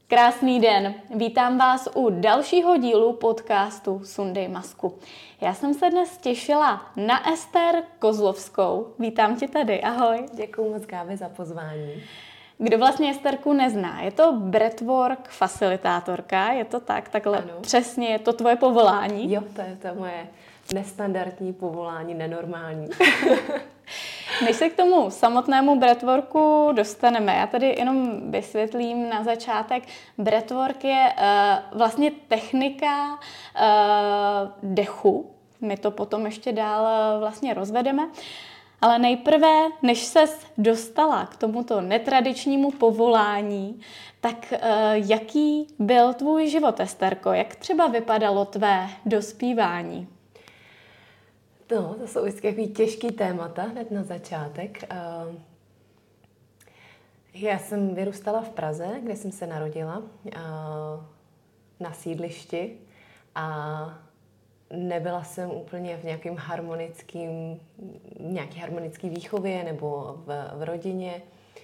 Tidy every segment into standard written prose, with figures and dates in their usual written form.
Krásný den, vítám vás u dalšího dílu podcastu Sundej masku. Já jsem se dnes těšila na Ester Kozlovskou. Vítám tě tady, ahoj. Děkuju moc, Kávi, za pozvání. Kdo vlastně Esterku nezná, je to breathwork facilitátorka, je to tak? Takhle ano. Přesně, je to tvoje povolání? Jo, to je moje nestandardní povolání, nenormální. Než se k tomu samotnému breathworku dostaneme, já tady jenom vysvětlím na začátek. Breathwork je vlastně technika dechu. My to potom ještě dál vlastně rozvedeme. Ale nejprve, než ses dostala k tomuto netradičnímu povolání, tak jaký byl tvůj život, Esterko? Jak třeba vypadalo tvé dospívání? No, to jsou vždycky takový těžký témata hned na začátek. Já jsem vyrůstala v Praze, kde jsem se narodila, na sídlišti a nebyla jsem úplně v nějaké harmonické výchově nebo v rodině.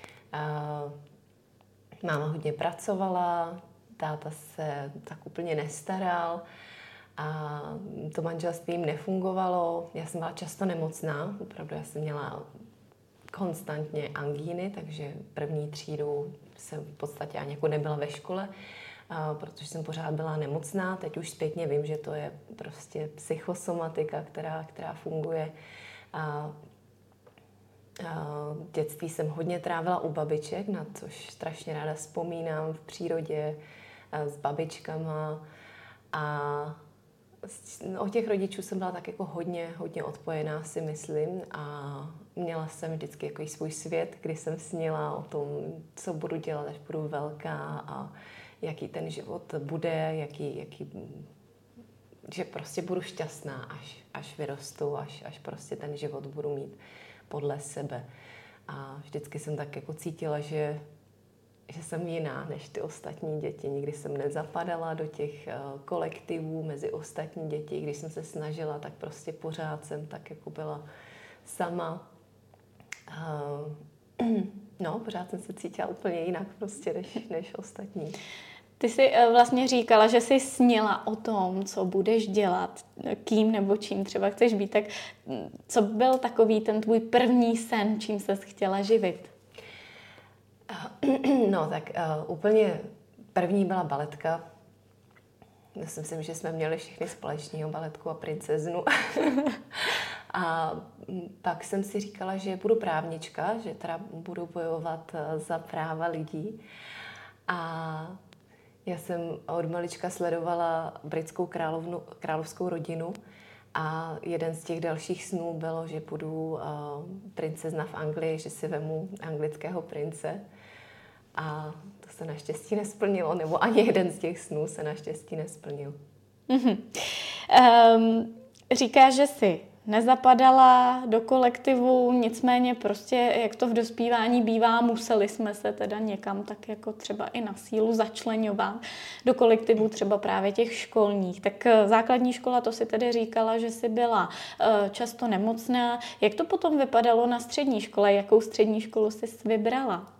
Máma hodně pracovala, táta se tak úplně nestaral a to manželství jim nefungovalo. Já jsem byla často nemocná, opravdu já jsem měla konstantně angíny, takže první třídu jsem v podstatě ani jako nebyla ve škole, protože jsem pořád byla nemocná. Teď už zpětně vím, že to je prostě psychosomatika, která funguje. Dětství jsem hodně trávila u babiček, na což strašně ráda vzpomínám v přírodě s babičkama. A od těch rodičů jsem byla tak jako hodně odpojená, si myslím. A měla jsem vždycky jako svůj svět, kdy jsem snila o tom, co budu dělat, až budu velká a jaký ten život bude, že prostě budu šťastná, až vyrostu, až prostě ten život budu mít podle sebe. A vždycky jsem tak jako cítila, že jsem jiná než ty ostatní děti. Nikdy jsem nezapadala do těch kolektivů mezi ostatní děti. Když jsem se snažila, tak prostě pořád jsem tak jako byla sama. No, pořád jsem se cítila úplně jinak prostě než ostatní. Ty jsi vlastně říkala, že jsi snila o tom, co budeš dělat, kým nebo čím třeba chceš být. Tak co byl takový ten tvůj první sen, čím ses chtěla živit? No tak úplně první byla baletka. Já si myslím, že jsme měli všichni společného, baletku a princeznu. A pak jsem si říkala, že budu právnička, že teda budu bojovat za práva lidí. A já jsem od malička sledovala britskou královskou rodinu a jeden z těch dalších snů bylo, že budu princezna v Anglii, že si vemu anglického prince. A to se naštěstí nesplnilo, nebo ani jeden z těch snů se naštěstí nesplnil. Říkáš, že jsi nezapadala do kolektivu, nicméně prostě, jak to v dospívání bývá, museli jsme se teda někam tak jako třeba i na sílu začleňovat do kolektivu třeba právě těch školních. Tak základní škola, to si tedy říkala, že jsi byla často nemocná. Jak to potom vypadalo na střední škole? Jakou střední školu jsi vybrala?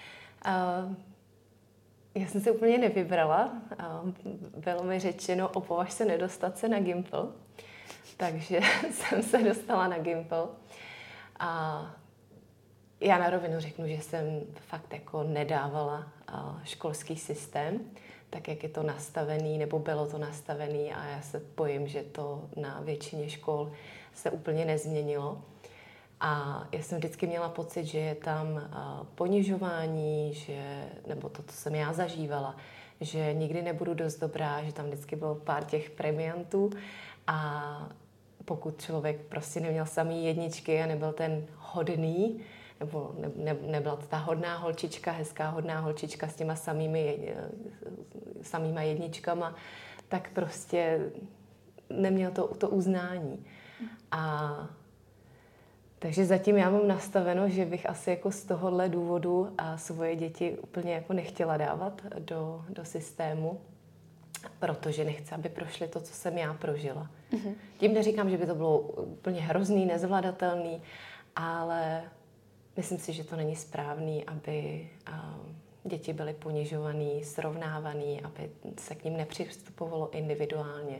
Já jsem se úplně nevybrala. Bylo mi řečeno, opovaž se nedostat se na Gimpl. Takže jsem se dostala na Gimpl. A já na rovinu řeknu, že jsem fakt jako nedávala školský systém, tak jak je to nastavený, nebo bylo to nastavený a já se bojím, že to na většině škol se úplně nezměnilo. A já jsem vždycky měla pocit, že je tam ponižování, nebo to, co jsem já zažívala, že nikdy nebudu dost dobrá, že tam vždycky bylo pár těch premiantů a pokud člověk prostě neměl samý jedničky a nebyl ten hodný, nebo nebyla to ta hodná holčička, hezká hodná holčička s těma samýma jedničkama, tak prostě neměl to uznání. Takže zatím já mám nastaveno, že bych asi jako z tohohle důvodu a svoje děti úplně jako nechtěla dávat do systému, protože nechci, aby prošly to, co jsem já prožila. Mm-hmm. Tím neříkám, že by to bylo úplně hrozný, nezvladatelný, ale myslím si, že to není správný, aby děti byly ponižovaný, srovnávaný, aby se k ním nepřistupovalo individuálně.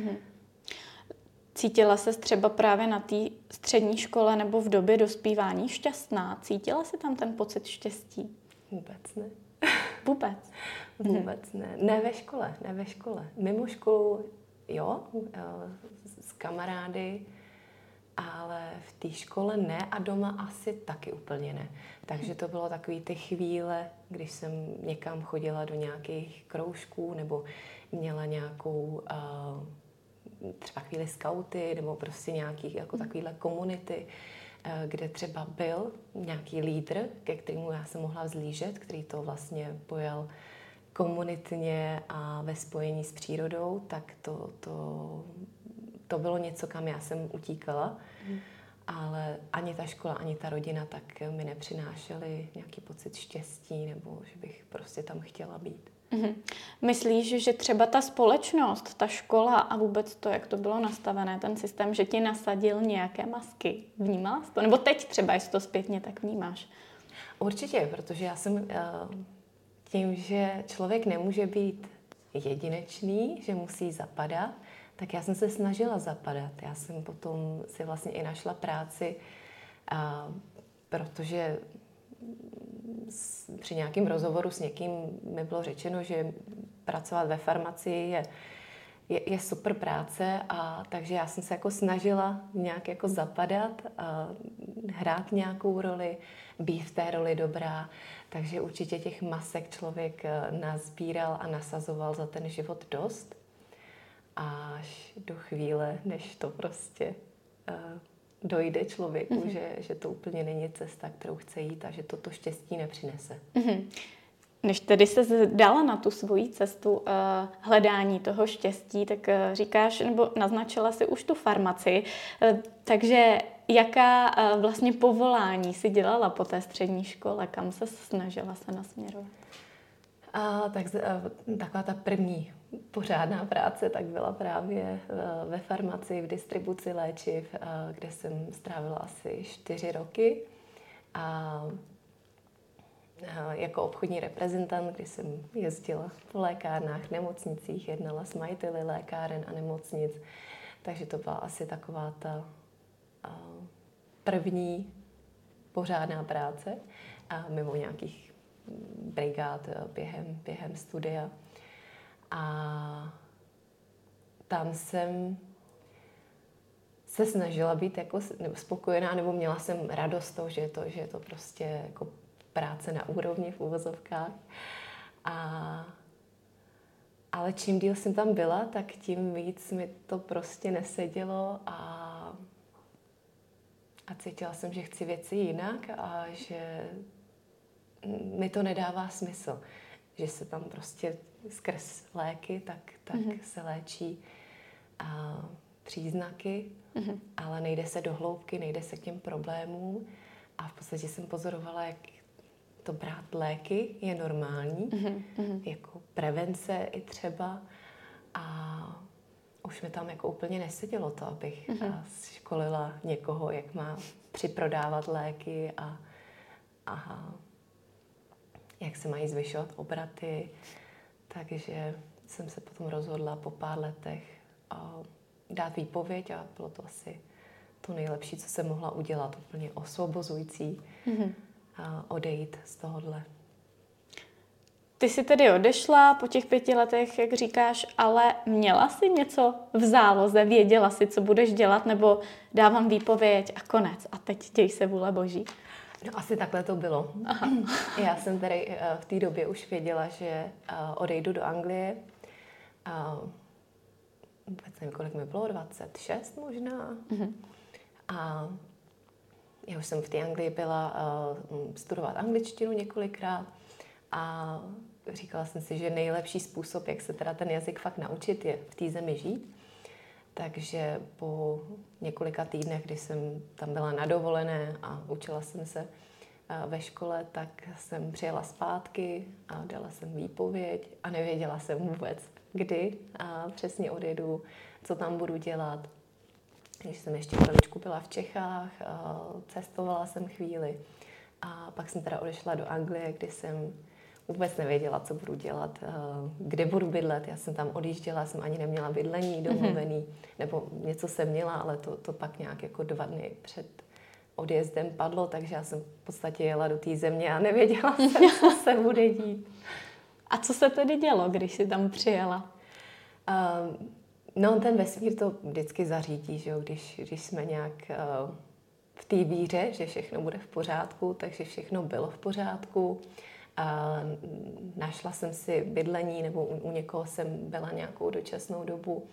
Cítila ses třeba právě na té střední škole nebo v době dospívání šťastná? Cítila jsi tam ten pocit štěstí? Vůbec ne. Vůbec? Vůbec ne. Ne ve škole. Mimo školu, jo, s kamarády, ale v té škole ne a doma asi taky úplně ne. Takže to bylo takový ty chvíle, když jsem někam chodila do nějakých kroužků nebo měla nějakou třeba chvíli skauty nebo prostě nějakých jako takovýhle komunity, kde třeba byl nějaký lídr, ke kterému já jsem mohla vzlížet, který to vlastně pojal komunitně a ve spojení s přírodou, tak to bylo něco, kam já jsem utíkala. Ale ani ta škola, ani ta rodina tak mi nepřinášely nějaký pocit štěstí nebo že bych prostě tam chtěla být. Myslíš, že třeba ta společnost, ta škola a vůbec to, jak to bylo nastavené, ten systém, že ti nasadil nějaké masky? Vnímala jsi to? Nebo teď třeba, jestli to zpětně tak vnímáš? Určitě, protože já jsem tím, že člověk nemůže být jedinečný, že musí zapadat, tak já jsem se snažila zapadat. Já jsem potom si vlastně i našla práci, protože při nějakém rozhovoru s někým mi bylo řečeno, že pracovat ve farmacii je super práce, a takže já jsem se jako snažila nějak jako zapadat, hrát nějakou roli, být v té roli dobrá. Takže určitě těch masek člověk nazbíral a nasazoval za ten život dost. Až do chvíle, než to prostě dojde člověku, že to úplně není cesta, kterou chce jít a že to štěstí nepřinese. Než tedy se dala na tu svoji cestu hledání toho štěstí, tak říkáš, nebo naznačila si už tu farmacii, takže jaká vlastně povolání si dělala po té střední škole, kam se snažila se nasměrovat? Taková ta první pořádná práce tak byla právě ve farmacii, v distribuci léčiv, kde jsem strávila asi 4 roky. A jako obchodní reprezentant, kdy jsem jezdila po lékárnách, nemocnicích, jednala s majiteli lékáren a nemocnic. Takže to byla asi taková ta první pořádná práce, mimo nějakých brigád během studia. A tam jsem se snažila být jako spokojená, nebo měla jsem radost toho, že je to prostě jako práce na úrovni v uvozovkách. Ale čím díl jsem tam byla, tak tím víc mi to prostě nesedělo a cítila jsem, že chci věci jinak a že mi to nedává smysl. Že se tam prostě skrz léky, tak se léčí příznaky, ale nejde se do hloubky, nejde se k těm problémům. A v podstatě jsem pozorovala, jak to brát léky je normální, jako prevence i třeba. A už mi tam jako úplně nesedělo to, abych školila někoho, jak má připrodávat léky a jak se mají zvyšovat obraty. Takže jsem se potom rozhodla po pár letech dát výpověď a bylo to asi to nejlepší, co jsem mohla udělat, úplně osvobozující a odejít z tohohle. Ty jsi tedy odešla po těch 5 letech, jak říkáš, ale měla jsi něco v záloze, věděla jsi, co budeš dělat, nebo dávám výpověď a konec a teď děj se vůle Boží? No asi takhle to bylo. Aha. Já jsem tady v té době už věděla, že odejdu do Anglie. Vůbec nevím, kolik mi bylo, 26 možná. A já už jsem v té Anglii byla studovat angličtinu několikrát a říkala jsem si, že nejlepší způsob, jak se teda ten jazyk fakt naučit, je v té zemi žít. Takže po několika týdnech, kdy jsem tam byla na dovolené a učila jsem se ve škole, tak jsem přijela zpátky a dala jsem výpověď a nevěděla jsem vůbec, kdy a přesně odjedu, co tam budu dělat. Když jsem ještě chviličku byla v Čechách, cestovala jsem chvíli a pak jsem teda odešla do Anglie, kdy jsem vůbec nevěděla, co budu dělat, kde budu bydlet. Já jsem tam odjížděla, jsem ani neměla bydlení domluvený, nebo něco jsem měla, ale to pak nějak jako 2 dny před odjezdem padlo, takže já jsem v podstatě jela do té země a nevěděla jsem, co se bude dít. A co se tedy dělo, když jsi tam přijela? No, ten vesmír to vždycky zařídí, že jo? Když jsme nějak v té víře, že všechno bude v pořádku, takže všechno bylo v pořádku. Našla jsem si bydlení, nebo u někoho jsem byla nějakou dočasnou dobu.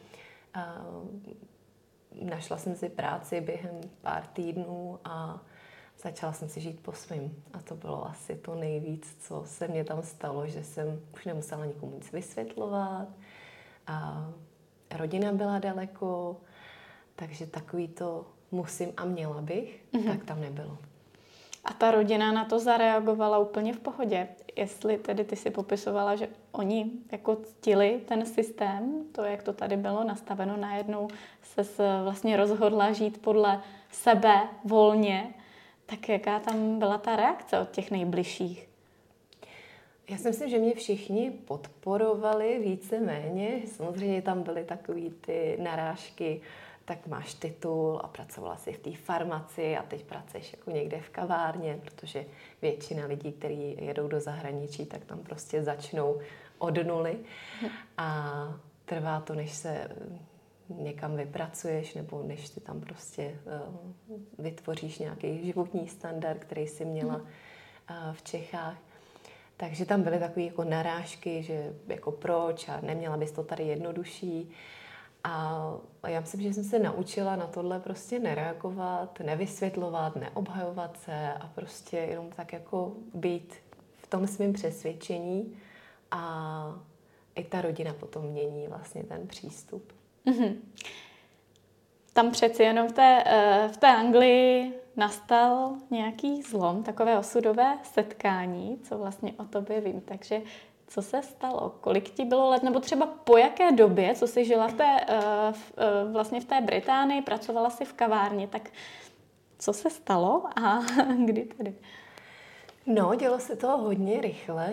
Našla jsem si práci během pár týdnů a začala jsem si žít po svým. A to bylo asi to nejvíc, co se mně tam stalo, že jsem už nemusela nikomu nic vysvětlovat. A rodina byla daleko, takže takový to musím a měla bych, tak tam nebylo. A ta rodina na to zareagovala úplně v pohodě. Jestli tedy ty si popisovala, že oni jako ctili ten systém, to, jak to tady bylo nastaveno, najednou se vlastně rozhodla žít podle sebe volně, tak jaká tam byla ta reakce od těch nejbližších? Já si myslím, že mě všichni podporovali víceméně. Samozřejmě tam byly takový ty narážky, tak máš titul a pracovala jsi v té farmaci a teď pracuješ jako někde v kavárně, protože většina lidí, kteří jedou do zahraničí, tak tam prostě začnou od nuly a trvá to, než se někam vypracuješ nebo než ty tam prostě vytvoříš nějaký životní standard, který jsi měla v Čechách. Takže tam byly takové jako narážky, že jako proč a neměla bys to tady jednodušší. A já myslím, že jsem se naučila na tohle prostě nereagovat, nevysvětlovat, neobhajovat se a prostě jenom tak jako být v tom svém přesvědčení a i ta rodina potom mění vlastně ten přístup. Mm-hmm. Tam přeci jenom v té Anglii nastal nějaký zlom, takové osudové setkání, co vlastně o tobě vím. Takže co se stalo? Kolik ti bylo let? Nebo třeba po jaké době, co jsi žila vlastně v té Británii, pracovala jsi v kavárně, tak co se stalo a kdy tedy? No, dělo se to hodně rychle.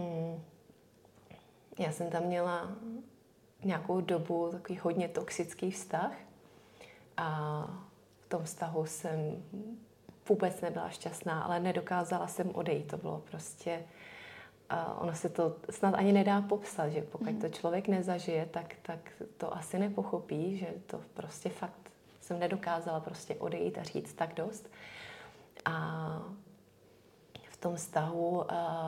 Já jsem tam měla nějakou dobu takový hodně toxický vztah a v tom vztahu jsem vůbec nebyla šťastná, ale nedokázala jsem odejít. To bylo prostě... ono se to snad ani nedá popsat, že pokud to člověk nezažije, tak to asi nepochopí, že to prostě fakt jsem nedokázala prostě odejít a říct tak dost. A v tom vztahu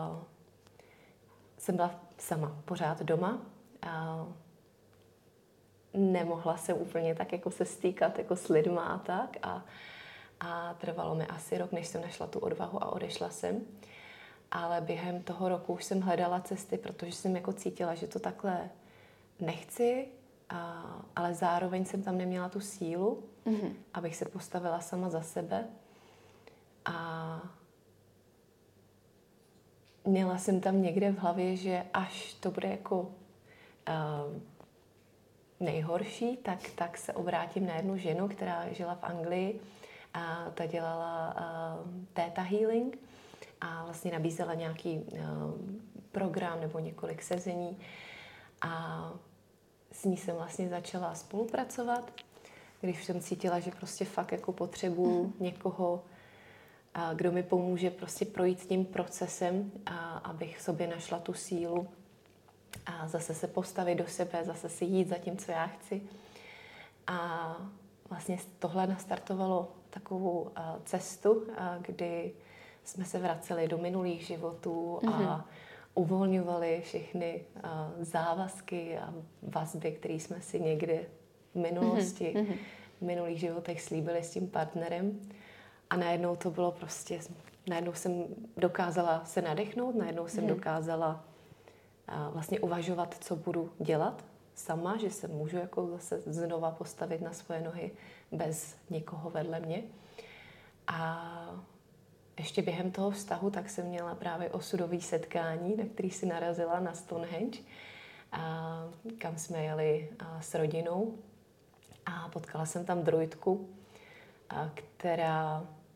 jsem byla sama pořád doma a nemohla jsem úplně tak jako se stýkat jako s lidma a tak a trvalo mi asi rok, než jsem našla tu odvahu a odešla jsem. Ale během toho roku už jsem hledala cesty, protože jsem jako cítila, že to takhle nechci, ale zároveň jsem tam neměla tu sílu, abych se postavila sama za sebe. A měla jsem tam někde v hlavě, že až to bude jako nejhorší, tak se obrátím na jednu ženu, která žila v Anglii a ta dělala Theta Healing. A vlastně nabízela nějaký program nebo několik sezení a s ní jsem vlastně začala spolupracovat, když jsem cítila, že prostě fakt jako potřebuju někoho, kdo mi pomůže prostě projít tím procesem, abych v sobě našla tu sílu a zase se postavit do sebe, zase si jít za tím, co já chci. A vlastně tohle nastartovalo takovou cestu, kdy jsme se vraceli do minulých životů a uvolňovali všechny závazky a vazby, které jsme si někde v minulosti, v minulých životech slíbili s tím partnerem. A najednou to bylo prostě, najednou jsem dokázala se nadechnout, najednou jsem dokázala vlastně uvažovat, co budu dělat sama, že se můžu jako zase znova postavit na svoje nohy bez někoho vedle mě. A ještě během toho vztahu tak jsem měla právě osudové setkání, na který si narazila na Stonehenge, kam jsme jeli s rodinou a potkala jsem tam druidku, která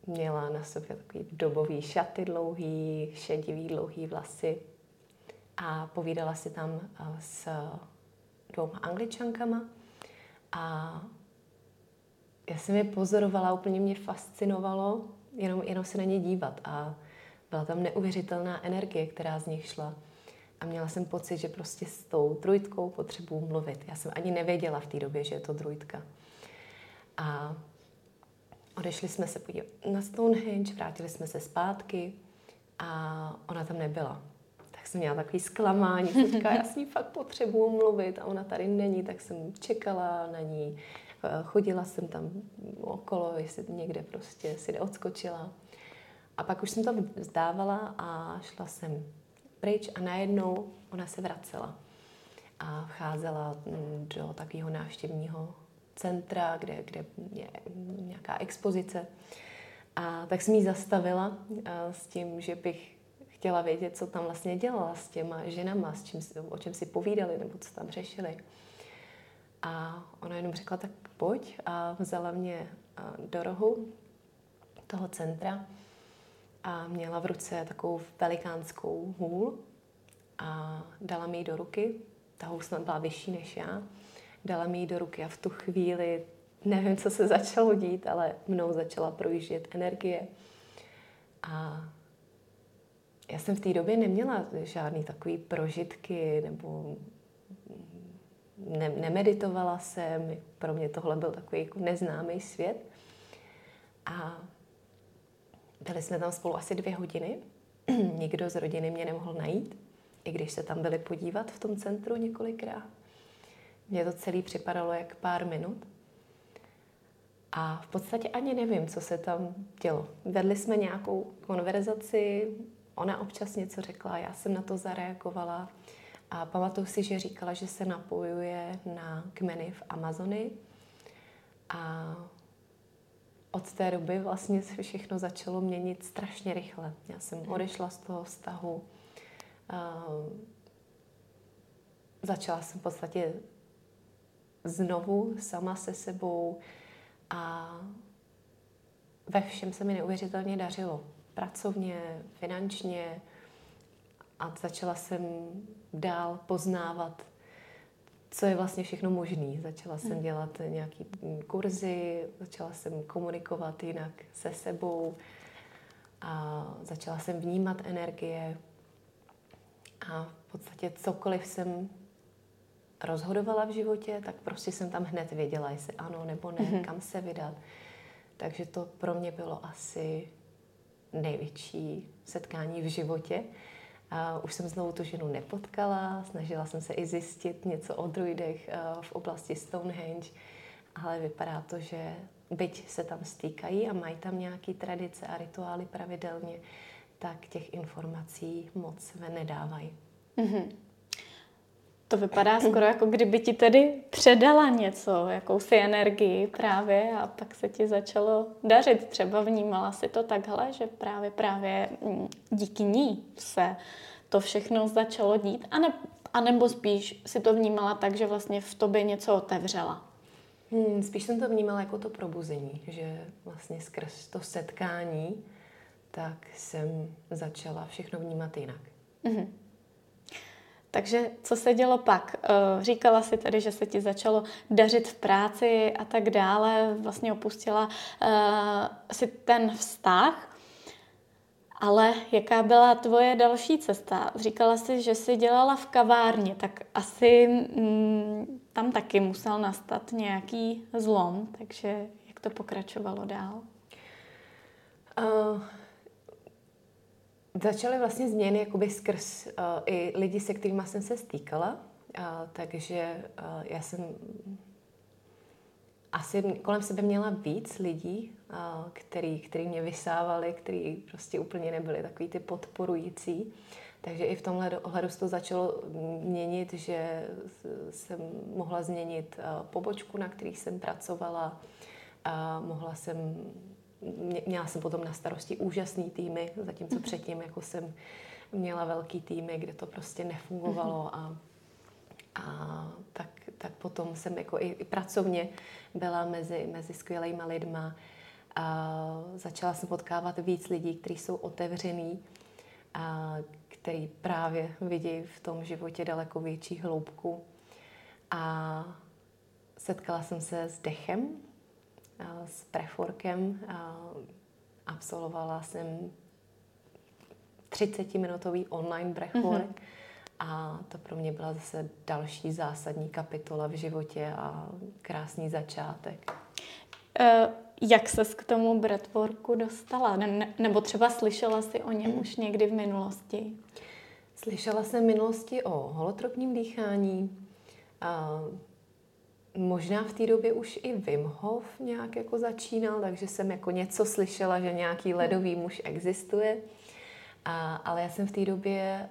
měla na sobě takový dobový šaty dlouhý, šedivý dlouhý vlasy a povídala si tam s 2 Angličankama a já jsem je pozorovala, úplně mě fascinovalo jenom se na ně dívat a byla tam neuvěřitelná energie, která z nich šla. A měla jsem pocit, že prostě s tou druidkou potřebuji mluvit. Já jsem ani nevěděla v té době, že je to druidka. A odešli jsme se podívat na Stonehenge, vrátili jsme se zpátky a ona tam nebyla. Tak jsem měla takový zklamání, jsem říkala, já s ní fakt potřebuji mluvit a ona tady není, tak jsem čekala na ní. Chodila jsem tam okolo, jestli někde prostě si neodskočila. A pak už jsem to vzdávala a šla jsem pryč a najednou ona se vracela. A vcházela do takového návštěvního centra, kde je nějaká expozice. A tak jsem jí zastavila s tím, že bych chtěla vědět, co tam vlastně dělala s těma ženama, o čem si povídali nebo co tam řešili. A ona jenom řekla, tak pojď a vzala mě do rohu toho centra a měla v ruce takovou velikánskou hůl a dala mi ji do ruky. Ta hůl snad byla vyšší než já. Dala mi ji do ruky a v tu chvíli, nevím, co se začalo dít, ale mnou začala projíždět energie. A já jsem v té době neměla žádný takový prožitky nebo nemeditovala jsem, pro mě tohle byl takový jako neznámý svět. A byli jsme tam spolu asi 2 hodiny. Nikdo z rodiny mě nemohl najít, i když se tam byli podívat v tom centru několikrát. Mně to celé připadalo jak pár minut. A v podstatě ani nevím, co se tam dělo. Vedli jsme nějakou konverzaci, ona občas něco řekla, já jsem na to zareagovala. A pamatuju si, že říkala, že se napojuje na kmeny v Amazonii. A od té doby vlastně se všechno začalo měnit strašně rychle. Já jsem odešla z toho vztahu. Začala jsem v podstatě znovu sama se sebou a ve všem se mi neuvěřitelně dařilo. Pracovně, finančně a začala jsem dál poznávat, co je vlastně všechno možné. Začala jsem dělat nějaké kurzy, začala jsem komunikovat jinak se sebou a začala jsem vnímat energie a v podstatě cokoliv jsem rozhodovala v životě, tak prostě jsem tam hned věděla, jestli ano nebo ne, kam se vydat. Takže to pro mě bylo asi největší setkání v životě. A už jsem znovu tu ženu nepotkala, snažila jsem se i zjistit něco o druidech v oblasti Stonehenge, ale vypadá to, že byť se tam stýkají a mají tam nějaké tradice a rituály pravidelně, tak těch informací moc nedávají. Mm-hmm. To vypadá skoro jako kdyby ti tedy předala něco, jakousi energii právě a pak se ti začalo dařit. Třeba vnímala si to takhle, že právě díky ní se to všechno začalo dít, anebo spíš si to vnímala tak, že vlastně v tobě něco otevřela? Spíš jsem to vnímala jako to probuzení, že vlastně skrz to setkání tak jsem začala všechno vnímat jinak. Mm-hmm. Takže co se dělo pak? Říkala si tedy, že se ti začalo dařit v práci a tak dále, vlastně opustila si ten vztah, ale jaká byla tvoje další cesta? Říkala si, že jsi dělala v kavárně, tak asi tam taky musel nastat nějaký zlom, takže jak to pokračovalo dál? Začaly vlastně změny jakoby skrz i lidi, se kterými jsem se stýkala, takže já jsem asi kolem sebe měla víc lidí, který mě vysávali, který prostě úplně nebyli takový ty podporující. Takže i v tomhle ohledu se to začalo měnit, že jsem mohla změnit pobočku, na kterých jsem pracovala. Měla jsem potom na starosti úžasný týmy, zatímco předtím jako jsem měla velký týmy, kde to prostě nefungovalo a tak potom jsem jako i pracovně byla mezi skvělejma lidma začala jsem potkávat víc lidí, kteří jsou otevřený, který právě vidí v tom životě daleko větší hloubku. A setkala jsem se s dechem, s breathworkem. Absolvovala jsem 30-minutový online breathwork a to pro mě byla zase další zásadní kapitola v životě a krásný začátek. Jak ses k tomu breathworku dostala? Nebo třeba slyšela jsi o něm už někdy v minulosti? Slyšela jsem v minulosti o holotropním dýchání. Možná v té době už i Wim Hof nějak jako začínal, takže jsem jako něco slyšela, že nějaký ledový muž existuje. Ale já jsem v té době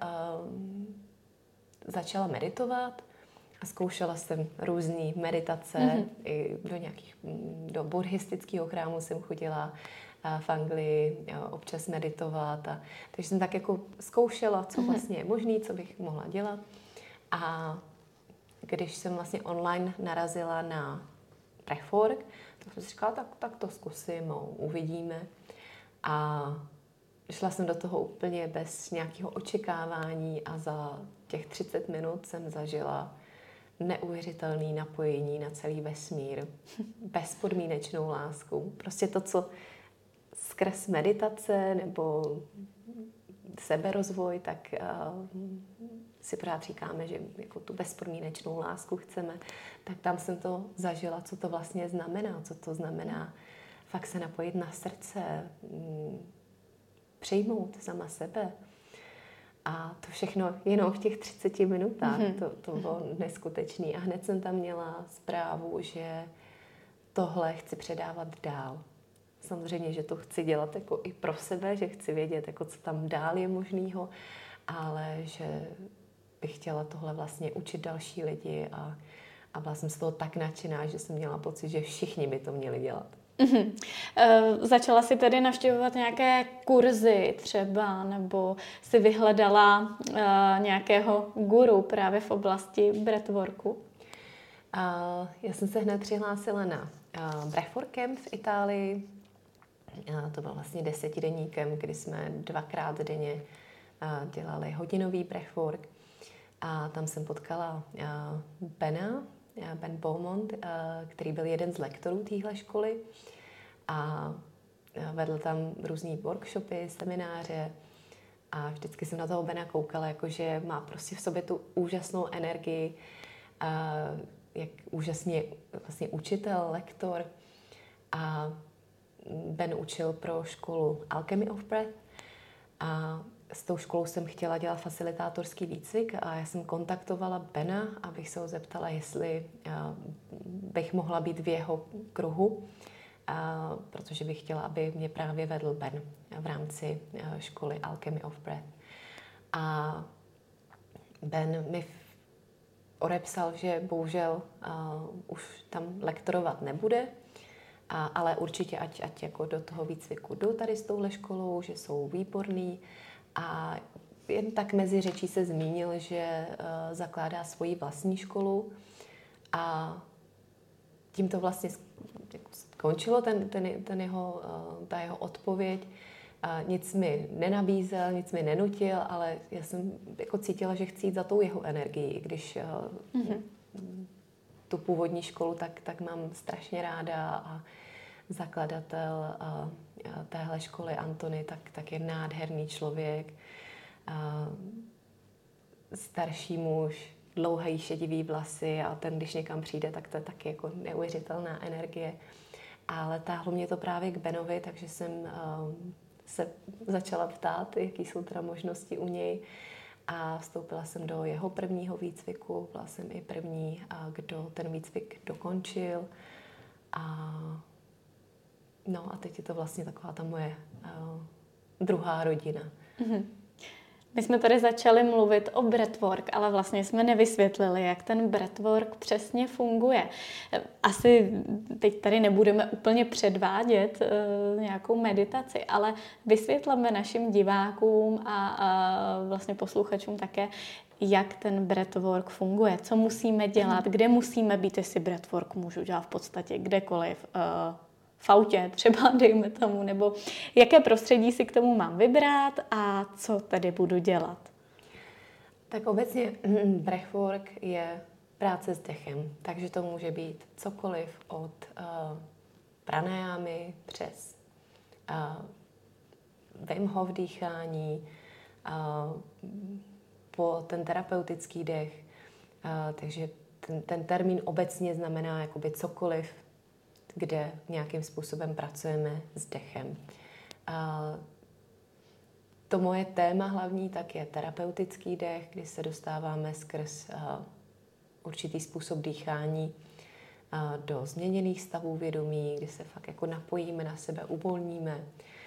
začala meditovat a zkoušela jsem různé meditace. I do buddhistického chrámu jsem chodila v Anglii občas meditovat. Takže jsem tak jako zkoušela, co vlastně je možné, co bych mohla dělat. A když jsem vlastně online narazila na breathwork, tak jsem si říkala, tak to zkusím, uvidíme. A šla jsem do toho úplně bez nějakého očekávání a za těch 30 minut jsem zažila neuvěřitelné napojení na celý vesmír, bezpodmínečnou lásku. Prostě to, co skrz meditace nebo seberozvoj, tak si pořád říkáme, že jako tu bezpodmínečnou lásku chceme, tak tam jsem to zažila, co to vlastně znamená, co to znamená fakt se napojit na srdce, přijmout sama sebe. A to všechno jenom v těch 30 minutách. To bylo neskutečný. A hned jsem tam měla zprávu, že tohle chci předávat dál. Samozřejmě, že to chci dělat jako i pro sebe, že chci vědět, jako co tam dál je možného, ale že bych chtěla tohle vlastně učit další lidi a byla jsem z toho tak nadšená, že jsem měla pocit, že všichni by to měli dělat. Začala si tedy navštěvovat nějaké kurzy třeba, nebo si vyhledala nějakého guru právě v oblasti breathworku? Já jsem se hned přihlásila na breathwork camp v Itálii. To byl vlastně 10denníkem, kdy jsme 2krát denně dělali hodinový breathwork. A tam jsem potkala Ben Beaumont, který byl jeden z lektorů téhle školy a vedl tam různý workshopy, semináře a vždycky jsem na toho Bena koukala, jakože má prostě v sobě tu úžasnou energii, jak úžasně vlastně učitel, lektor. A Ben učil pro školu Alchemy of Breath a s tou školou jsem chtěla dělat facilitátorský výcvik a já jsem kontaktovala Bena, abych se ho zeptala, jestli bych mohla být v jeho kruhu, protože bych chtěla, aby mě právě vedl Ben v rámci školy Alchemy of Breath. A Ben mi odepsal, že bohužel už tam lektorovat nebude, ale určitě ať jako do toho výcviku jdu tady s touhle školou, že jsou výborný. A jen tak mezi řečí se zmínil, že zakládá svoji vlastní školu a tím to vlastně skončilo, ta jeho odpověď. Nic mi nenabízel, nic mi nenutil, ale já jsem jako cítila, že chci jít za tou jeho energií, když tu původní školu tak mám strašně ráda a zakladatel téhle školy Antony, tak je nádherný člověk, starší muž, dlouhý šedivý vlasy a ten, když někam přijde, tak to je taky jako neuvěřitelná energie. Ale táhlo mě to právě k Benovi, takže jsem se začala ptát, jaký jsou teda možnosti u něj a vstoupila jsem do jeho prvního výcviku, byla jsem i první, kdo ten výcvik dokončil No a teď je to vlastně taková ta moje druhá rodina. My jsme tady začali mluvit o breathwork, ale vlastně jsme nevysvětlili, jak ten breathwork přesně funguje. Asi teď tady nebudeme úplně předvádět nějakou meditaci, ale vysvětlíme našim divákům a vlastně posluchačům také, jak ten breathwork funguje, co musíme dělat, kde musíme být, jestli breathwork můžu dělat v podstatě kdekoliv, v autě třeba, dejme tomu, nebo jaké prostředí si k tomu mám vybrat a co tedy budu dělat? Tak obecně breathwork je práce s dechem, takže to může být cokoliv od pranajámy přes Wim Hof dýchání, po ten terapeutický dech. Takže ten termín obecně znamená jakoby cokoliv, kde nějakým způsobem pracujeme s dechem. To moje téma hlavní tak je terapeutický dech, kdy se dostáváme skrz určitý způsob dýchání do změněných stavů vědomí, kdy se fakt jako napojíme na sebe, uvolníme.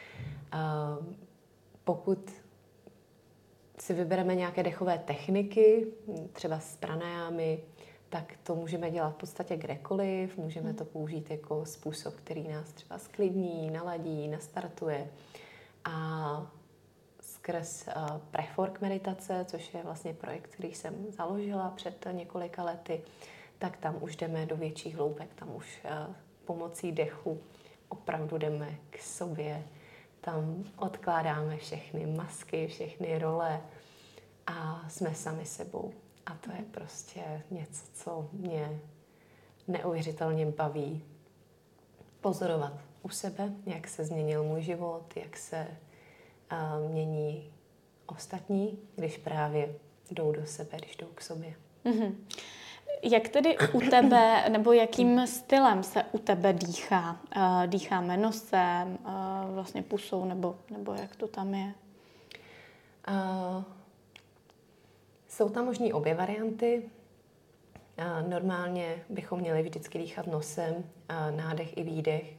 Pokud si vybereme nějaké dechové techniky, třeba s pranajámy, tak to můžeme dělat v podstatě kdekoliv. Můžeme to použít jako způsob, který nás třeba sklidní, naladí, nastartuje. A skrz breathwork meditace, což je vlastně projekt, který jsem založila před několika lety, tak tam už jdeme do větších hloubek. Tam už pomocí dechu opravdu jdeme k sobě. Tam odkládáme všechny masky, všechny role a jsme sami sebou. A to je prostě něco, co mě neuvěřitelně baví pozorovat u sebe, jak se změnil můj život, jak se mění ostatní, když právě jdou do sebe, když jdou k sobě. Mm-hmm. Jak tedy u tebe, nebo jakým stylem se u tebe dýchá? Dýcháme nosem, vlastně pusou, nebo jak to tam je? Jsou tam možný obě varianty. Normálně bychom měli vždycky dýchat nosem, nádech i výdech.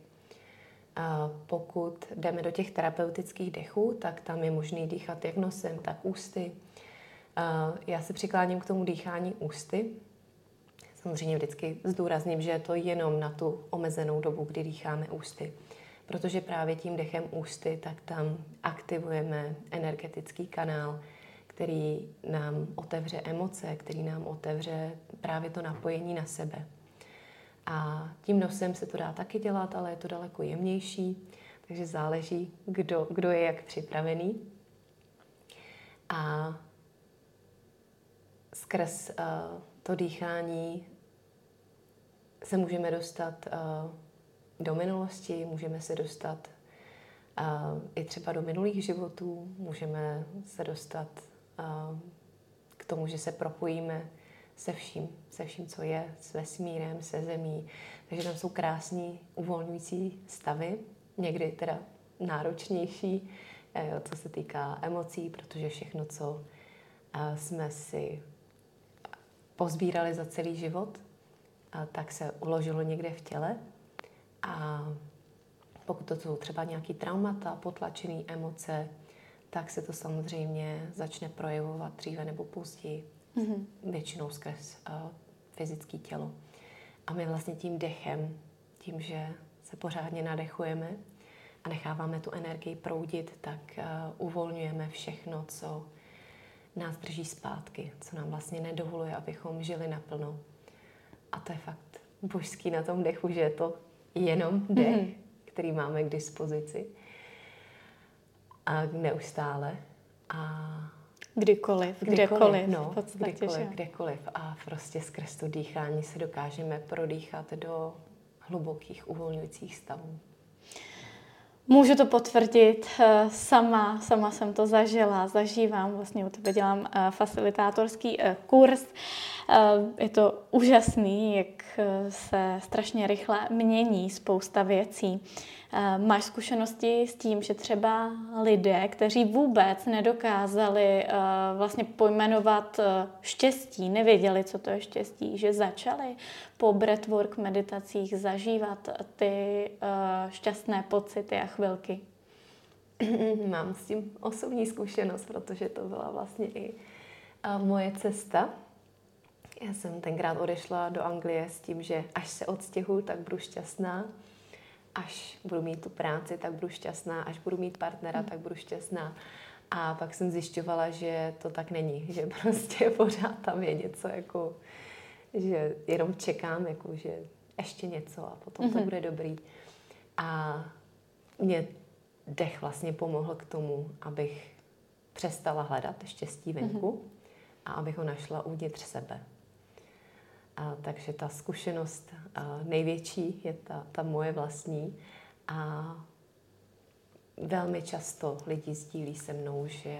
Pokud jdeme do těch terapeutických dechů, tak tam je možný dýchat jak nosem, tak ústy. Já se přikláním k tomu dýchání ústy. Samozřejmě vždycky zdůrazním, že je to jenom na tu omezenou dobu, kdy dýcháme ústy. Protože právě tím dechem ústy, tak tam aktivujeme energetický kanál, který nám otevře emoce, který nám otevře právě to napojení na sebe. A tím nosem se to dá taky dělat, ale je to daleko jemnější, takže záleží, kdo je jak připravený. A skrz to dýchání se můžeme dostat do minulosti, můžeme se dostat i třeba do minulých životů, můžeme se dostat k tomu, že se propojíme se vším, co je, s vesmírem, se zemí. Takže tam jsou krásný uvolňující stavy, někdy teda náročnější, co se týká emocí, protože všechno, co jsme si pozbírali za celý život, tak se uložilo někde v těle. A pokud to jsou třeba nějaký traumata, potlačené emoce, tak se to samozřejmě začne projevovat dříve nebo později. Mm-hmm. Většinou skrz fyzické tělo. A my vlastně tím dechem, tím, že se pořádně nadechujeme a necháváme tu energii proudit, tak uvolňujeme všechno, co nás drží zpátky, co nám vlastně nedovoluje, abychom žili naplno. A to je fakt božský na tom dechu, že je to jenom dech, který máme k dispozici. A neustále. A Kdykoliv. No, kdekoliv. A prostě skrz to dýchání se dokážeme prodýchat do hlubokých uvolňujících stavů. Můžu to potvrdit, sama jsem to zažívám, vlastně u tebe dělám facilitátorský kurz. Je to úžasný, jak se strašně rychle mění spousta věcí. Máš zkušenosti s tím, že třeba lidé, kteří vůbec nedokázali vlastně pojmenovat štěstí, nevěděli, co to je štěstí, že začali po breathwork meditacích zažívat ty šťastné pocity a chvilky? Mám s tím osobní zkušenost, protože to byla vlastně i moje cesta. Já jsem tenkrát odešla do Anglie s tím, že až se odstěhuju, tak budu šťastná. Až budu mít tu práci, tak budu šťastná. Až budu mít partnera, tak budu šťastná. A pak jsem zjišťovala, že to tak není. Že prostě pořád tam je něco, jako, že jenom čekám, jako, že ještě něco a potom to bude dobrý. A mě dech vlastně pomohl k tomu, abych přestala hledat štěstí venku a abych ho našla uvnitř sebe. Takže ta zkušenost největší je ta moje vlastní a velmi často lidi sdílí se mnou, že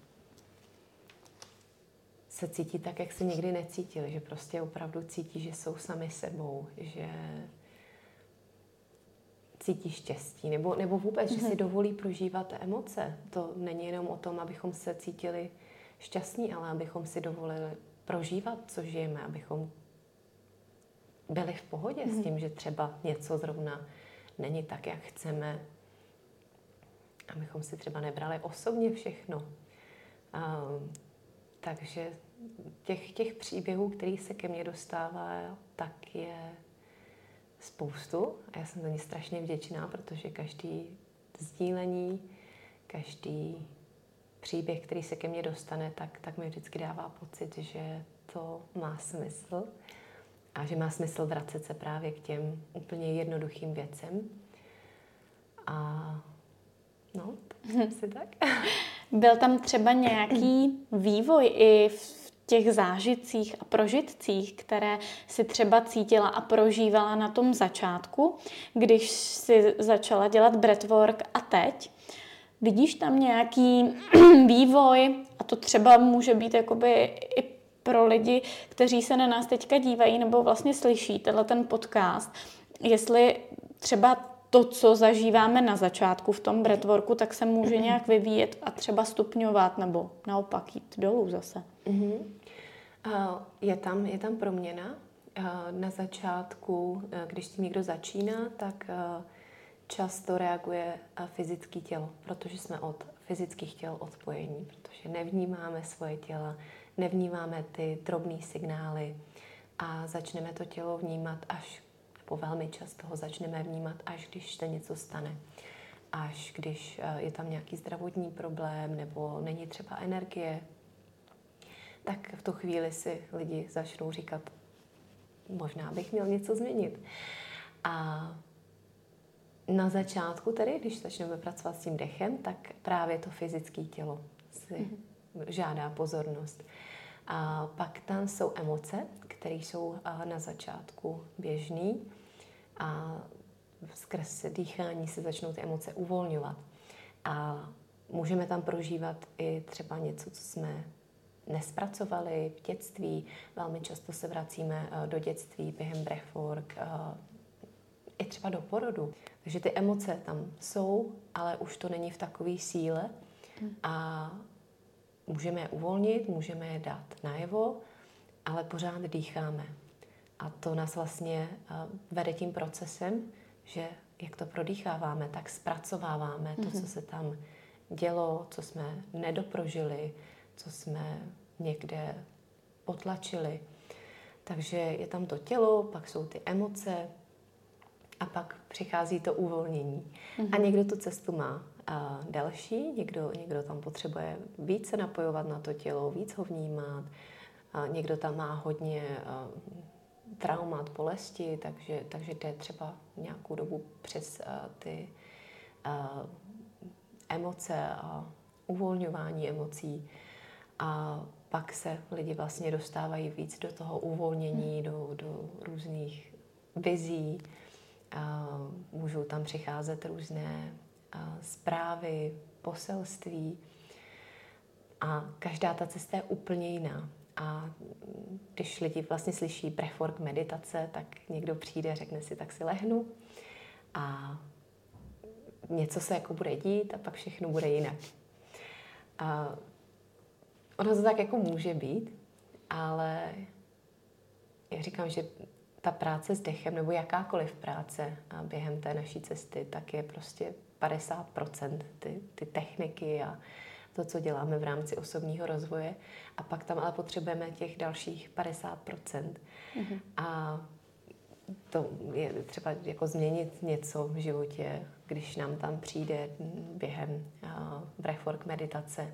se cítí tak, jak se nikdy necítili, že prostě opravdu cítí, že jsou sami sebou, že cítí štěstí, nebo vůbec, že si dovolí prožívat emoce. To není jenom o tom, abychom se cítili šťastní, ale abychom si dovolili prožívat, co žijeme, abychom byli v pohodě s tím, že třeba něco zrovna není tak, jak chceme, abychom si třeba nebrali osobně všechno. Takže těch příběhů, který se ke mně dostává, tak je spoustu. A já jsem za ně strašně vděčná, protože každý sdílení, každý příběh, který se ke mně dostane, tak mi vždycky dává pocit, že to má smysl a že má smysl vracet se právě k těm úplně jednoduchým věcem. A no, asi tak. Byl tam třeba nějaký vývoj i v těch zážitcích a prožitcích, které si třeba cítila a prožívala na tom začátku, když si začala dělat breathwork a teď? Vidíš tam nějaký vývoj, a to třeba může být jakoby i pro lidi, kteří se na nás teďka dívají nebo vlastně slyší ten podcast, jestli třeba to, co zažíváme na začátku v tom breathworku, tak se může nějak vyvíjet a třeba stupňovat nebo naopak jít dolů zase. Je tam proměna. Na začátku, když si někdo začíná, tak často reaguje fyzické tělo, protože jsme od fyzických těl odpojení, protože nevnímáme svoje těla, nevnímáme ty drobné signály a začneme to tělo vnímat nebo velmi často ho začneme vnímat, až když se něco stane. Až když je tam nějaký zdravotní problém nebo není třeba energie, tak v tu chvíli si lidi začnou říkat, možná bych měl něco změnit. A na začátku tedy, když začneme pracovat s tím dechem, tak právě to fyzické tělo si žádá pozornost. A pak tam jsou emoce, které jsou na začátku běžné a skrz dýchání se začnou ty emoce uvolňovat. A můžeme tam prožívat i třeba něco, co jsme nespracovali v dětství. Velmi často se vracíme do dětství během breathwork, i třeba do porodu. Takže ty emoce tam jsou, ale už to není v takové síle a můžeme je uvolnit, můžeme je dát najevo, ale pořád dýcháme. A to nás vlastně vede tím procesem, že jak to prodýcháváme, tak zpracováváme to, co se tam dělo, co jsme nedoprožili, co jsme někde potlačili. Takže je tam to tělo, pak jsou ty emoce a pak přichází to uvolnění. A někdo tu cestu má delší, někdo tam potřebuje víc se napojovat na to tělo, víc ho vnímat. Někdo tam má hodně traumat, bolesti, takže jde třeba nějakou dobu přes ty emoce a uvolňování emocí. A pak se lidi vlastně dostávají víc do toho uvolnění, do různých vizí. Můžou tam přicházet různé zprávy, poselství. A každá ta cesta je úplně jiná. A když lidi vlastně slyší breathwork meditace, tak někdo přijde, řekne si, tak si lehnu a něco se jako bude dít a pak všechno bude jinak. A ono to tak jako může být, ale já říkám, že ta práce s dechem nebo jakákoliv práce během té naší cesty, tak je prostě 50% ty techniky a to, co děláme v rámci osobního rozvoje. A pak tam ale potřebujeme těch dalších 50%. A to je třeba jako změnit něco v životě, když nám tam přijde během breathwork meditace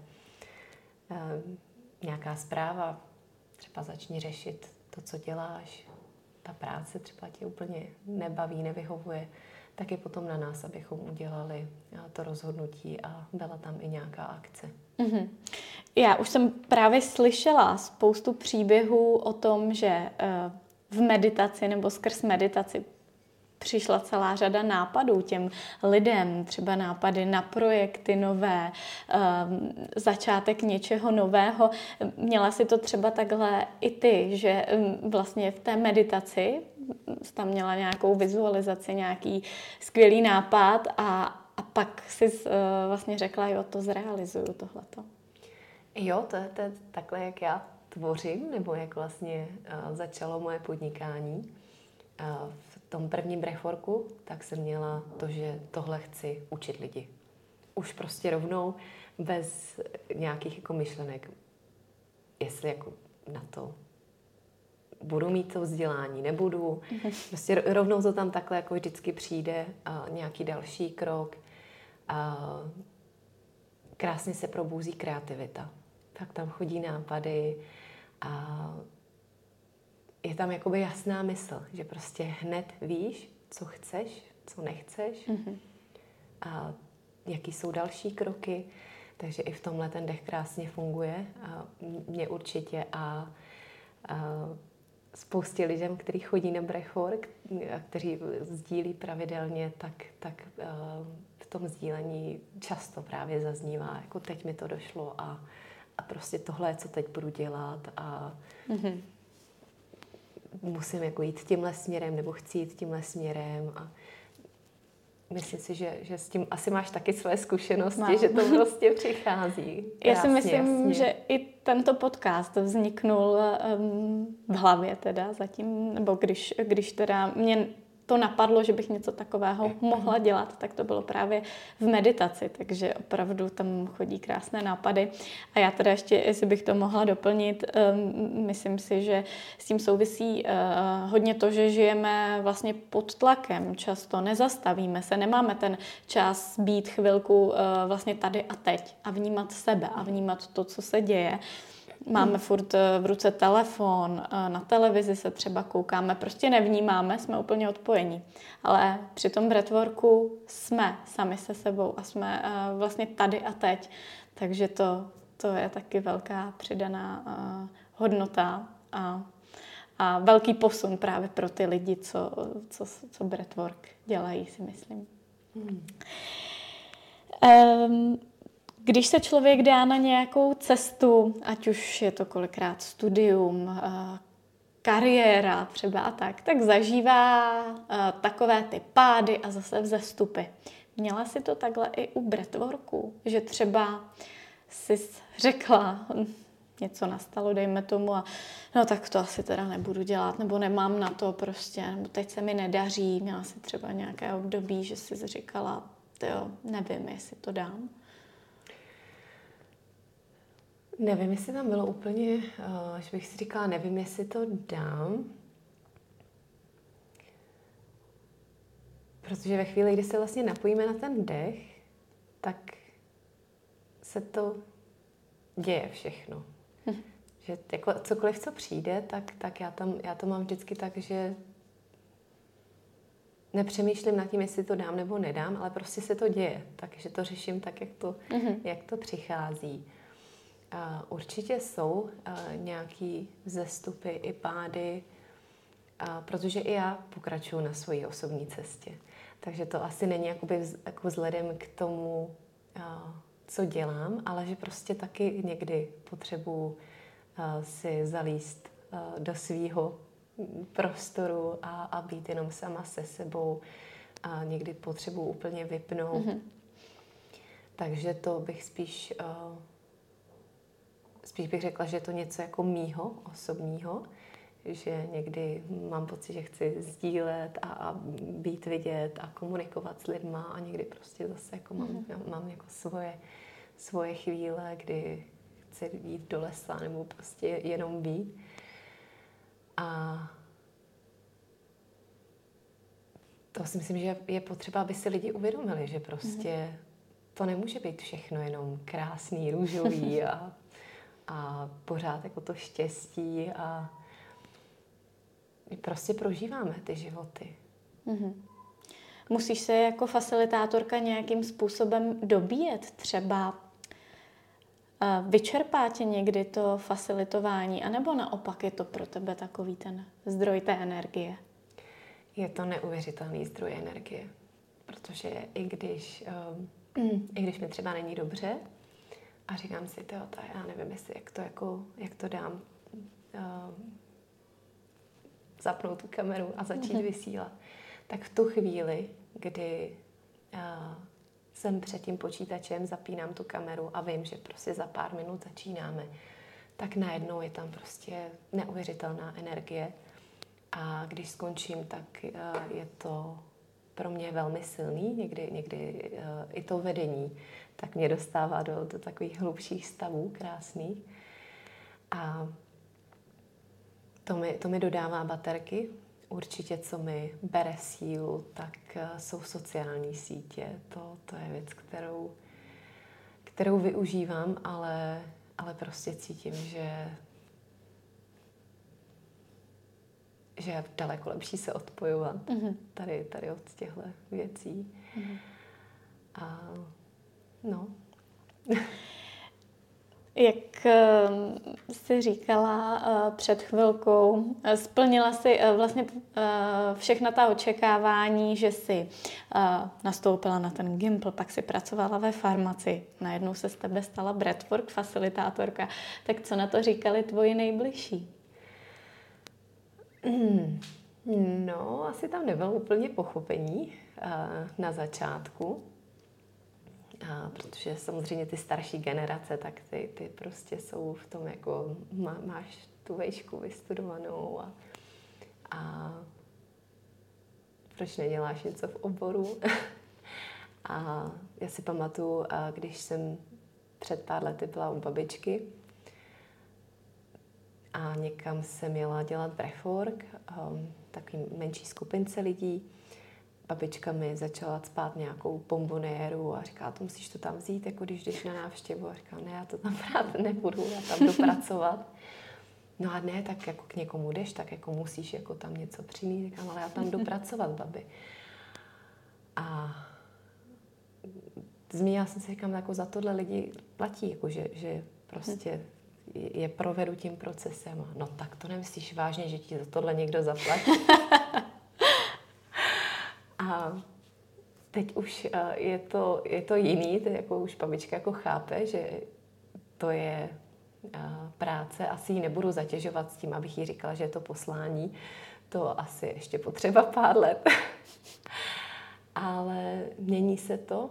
nějaká zpráva, třeba začni řešit to, co děláš, ta práce třeba tě úplně nebaví, nevyhovuje, tak je potom na nás, abychom udělali to rozhodnutí a byla tam i nějaká akce. Mm-hmm. Já už jsem právě slyšela spoustu příběhů o tom, že v meditaci nebo skrz meditaci přišla celá řada nápadů těm lidem, třeba nápady na projekty nové, začátek něčeho nového. Měla si to třeba takhle i ty, že vlastně v té meditaci jsi tam měla nějakou vizualizaci, nějaký skvělý nápad a pak jsi vlastně řekla, jo, to zrealizuju, tohleto. Jo, to je takhle, jak já tvořím, nebo jak vlastně začalo moje podnikání. V tom prvním breathworku tak jsem měla to, že tohle chci učit lidi. Už prostě rovnou, bez nějakých jako myšlenek, jestli jako na to budu mít to vzdělání, nebudu. Prostě rovnou to tam takhle jako vždycky přijde, nějaký další krok. Krásně se probouzí kreativita. Tak tam chodí nápady a je tam jakoby jasná mysl, že prostě hned víš, co chceš, co nechceš a jaký jsou další kroky. Takže i v tomhle ten dech krásně funguje. Mně určitě a spoustě lidem, kteří chodí na breathwork, kteří sdílí pravidelně, tak v tom sdílení často právě zaznívá, jako teď mi to došlo a prostě tohle je, co teď budu dělat a musím jako jít tímhle směrem nebo chci jít tímhle směrem a myslím si, že s tím asi máš taky své zkušenosti, že to prostě přichází. Krásně, já si myslím, jasně. že i tento podcast vzniknul v hlavě teda zatím, nebo když teda mě to napadlo, že bych něco takového mohla dělat, tak to bylo právě v meditaci, takže opravdu tam chodí krásné nápady. A já teda ještě, jestli bych to mohla doplnit, myslím si, že s tím souvisí hodně to, že žijeme vlastně pod tlakem často, nezastavíme se, nemáme ten čas být chvilku vlastně tady a teď a vnímat sebe a vnímat to, co se děje. Máme furt v ruce telefon, na televizi se třeba koukáme, prostě nevnímáme, jsme úplně odpojení. Ale při tom breathworku jsme sami se sebou a jsme vlastně tady a teď. Takže to je taky velká přidaná hodnota a velký posun právě pro ty lidi, co breathwork dělají, si myslím. Když se člověk dá na nějakou cestu, ať už je to kolikrát studium, kariéra třeba a tak zažívá takové ty pády a zase vzestupy. Měla si to takhle i u breathworku, že třeba jsi řekla, něco nastalo, dejme tomu, a no tak to asi teda nebudu dělat, nebo nemám na to prostě, nebo teď se mi nedaří. Měla si třeba nějaké období, že jsi říkala, jo, nevím, jestli to dám. Nevím, jestli tam bylo úplně, že bych si říkala, nevím, jestli to dám. Protože ve chvíli, kdy se vlastně napojíme na ten dech, tak se to děje všechno. Že jako cokoliv, co přijde, tak já to mám vždycky tak, že nepřemýšlím nad tím, jestli to dám nebo nedám, ale prostě se to děje. Takže to řeším tak, jak to přichází. Určitě jsou nějaký vzestupy i pády, protože i já pokračuju na své osobní cestě. Takže to asi není jako vzhledem k tomu, co dělám, ale že prostě taky někdy potřebuji si zalízt do svýho prostoru a být jenom sama se sebou a někdy potřebuji úplně vypnout. Takže to bych spíš bych řekla, že je to něco jako mýho osobního, že někdy mám pocit, že chci sdílet a být vidět a komunikovat s lidma a někdy prostě zase jako mám jako svoje chvíle, kdy chci jít do lesa nebo prostě jenom být. A to si myslím, že je potřeba, aby si lidi uvědomili, že prostě to nemůže být všechno jenom krásný, růžový a pořád jako to štěstí a my prostě prožíváme ty životy. Musíš se jako facilitátorka nějakým způsobem dobíjet třeba? Vyčerpá tě někdy to facilitování, anebo naopak je to pro tebe takový ten zdroj té energie? Je to neuvěřitelný zdroj energie, protože i když mi třeba není dobře a říkám si, já nevím, jak to dám, zapnout tu kameru a začít vysílat, tak v tu chvíli, kdy jsem před tím počítačem, zapínám tu kameru a vím, že prostě za pár minut začínáme, tak najednou je tam prostě neuvěřitelná energie. A když skončím, tak je to pro mě velmi silný. Někdy i to vedení tak mě dostává do takových hlubších stavů krásných. A to mi dodává baterky. Určitě, co mi bere sílu, tak jsou sociální sítě. To je věc, kterou využívám, ale prostě cítím, že je daleko lepší se odpojovat tady od těchto věcí. A no. Jak jsi říkala před chvilkou, splnila si vlastně všechna ta očekávání, že jsi nastoupila na ten Gimpl, pak si pracovala ve farmaci, najednou se z tebe stala breathwork facilitátorka. Tak co na to říkali tvoji nejbližší? No, asi tam nebylo úplně pochopení na začátku. Protože samozřejmě ty starší generace, tak ty prostě jsou v tom jako máš tu vejšku vystudovanou a proč neděláš něco v oboru? A já si pamatuju, když jsem před pár lety byla u babičky a někam jsem jela dělat breathwork, takový menší skupince lidí. Babička mi začala cpát nějakou bombonéru a říká, to musíš to tam vzít, jako když jdeš na návštěvu. A říká, ne, já to tam brát nebudu, já tam jdu pracovat. No a ne, tak jako k někomu jdeš, tak jako musíš jako tam něco přinést. Říkám, ale já tam jdu pracovat, babi. A zmínila jsem si, říkám, jako za tohle lidi platí, jako že prostě je provedu tím procesem. No tak to nemyslíš vážně, že ti za tohle někdo zaplatí. A teď už je to jiný, teď jako už babička jako chápe, že to je práce. Asi ji nebudu zatěžovat s tím, abych jí říkala, že je to poslání. To asi ještě potřeba pár let. Ale mění se to.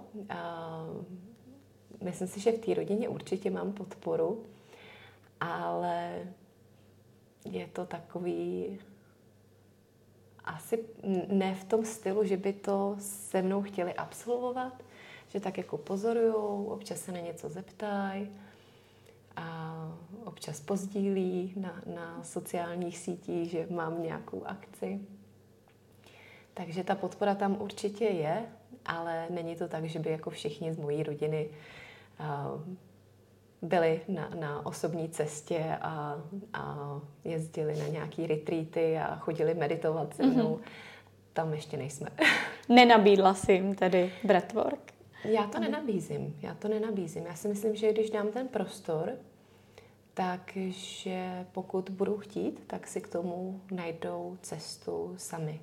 Myslím si, že v té rodině určitě mám podporu, ale je to takový... Asi ne v tom stylu, že by to se mnou chtěli absolvovat, že tak jako pozorujou, občas se na něco zeptají a občas pozdílí na sociálních sítích, že mám nějakou akci. Takže ta podpora tam určitě je, ale není to tak, že by jako všichni z mojí rodiny byli na osobní cestě a jezdili na nějaký retreaty a chodili meditovat se mnou. Tam ještě nejsme. Nenabídla jsi jim tedy breathwork? Já to nenabízím. Já si myslím, že když dám ten prostor, takže pokud budou chtít, tak si k tomu najdou cestu sami.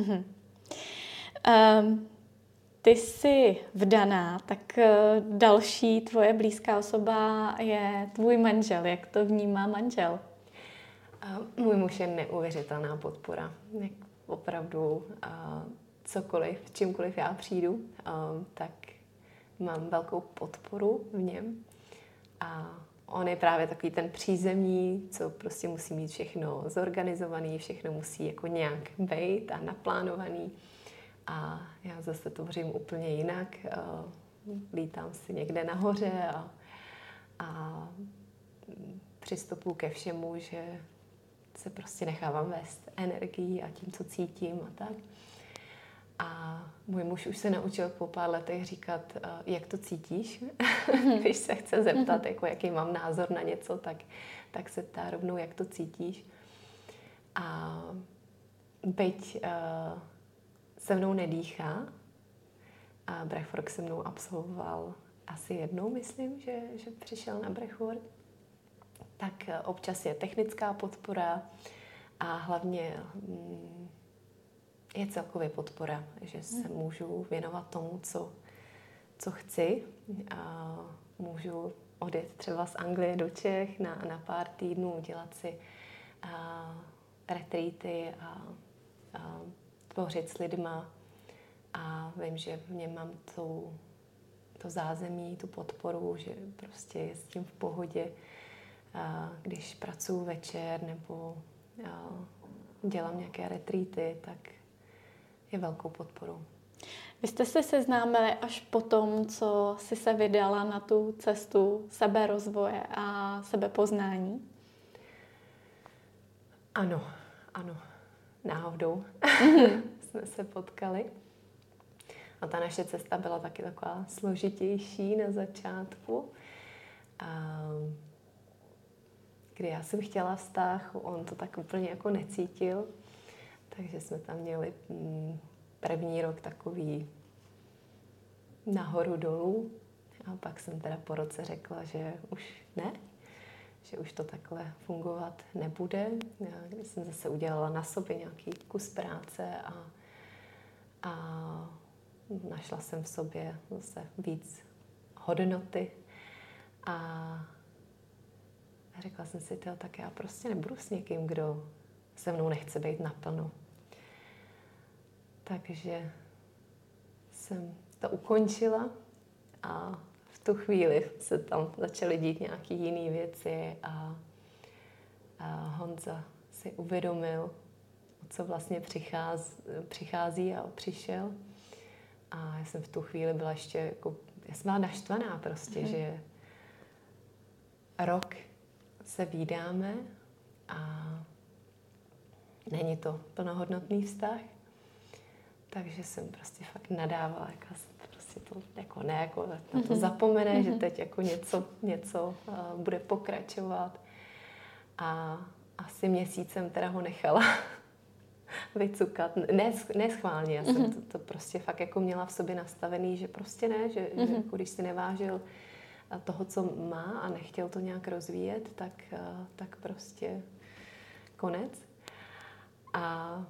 Ty jsi vdaná, tak další tvoje blízká osoba je tvůj manžel. Jak to vnímá manžel? Můj muž je neuvěřitelná podpora. Opravdu cokoliv, čímkoliv já přijdu, tak mám velkou podporu v něm. A on je právě takový ten přízemní, co prostě musí mít všechno zorganizovaný, všechno musí jako nějak být a naplánovaný. A já zase tvořím úplně jinak. Lítám si někde nahoře a přistupuji ke všemu, že se prostě nechávám vést energií a tím, co cítím a tak. A můj muž už se naučil po pár letech říkat, jak to cítíš. Když se chce zeptat, jako jaký mám názor na něco, tak se ptá rovnou, jak to cítíš. A byť se mnou nedýchá. A breathwork se mnou absolvoval asi jednou, myslím, že přišel na breathwork. Tak občas je technická podpora a hlavně je celkově podpora, že se můžu věnovat tomu, co chci. A můžu odjet třeba z Anglie do Čech na pár týdnů, dělat si retreaty a tvořit s lidma. A vím, že v něm mám to zázemí, tu podporu, že prostě je s tím v pohodě. Když pracuji večer nebo dělám nějaké retreaty, tak je velkou podporou. Vy jste se seznámili až po tom, co jsi se vydala na tu cestu seberozvoje a sebepoznání? Ano. Náhodou jsme se potkali. A ta naše cesta byla taky taková složitější na začátku. Kdy já jsem chtěla vztah, on to tak úplně jako necítil. Takže jsme tam měli první rok takový nahoru dolů. A pak jsem teda po roce řekla, že už ne, že už to takhle fungovat nebude. Když jsem zase udělala na sobě nějaký kus práce a našla jsem v sobě zase víc hodnoty a řekla jsem si, tak já prostě nebudu s někým, kdo se mnou nechce být naplno. Takže jsem to ukončila a v tu chvíli se tam začaly dít nějaké jiné věci a Honza si uvědomil, o co vlastně přichází a přišel. A já jsem v tu chvíli byla ještě, jako, já jsem byla naštvaná prostě, že rok se vídáme a není to plnohodnotný vztah. Takže jsem prostě fakt nadávala, jako prostě to jako ne, jako na to zapomene, že teď jako něco bude pokračovat. A asi měsíc jsem teda ho nechala vycukat. Ne schválně, já jsem to prostě fakt jako měla v sobě nastavený, že prostě ne, že jako když si nevážil toho, co má a nechtěl to nějak rozvíjet, tak prostě konec. A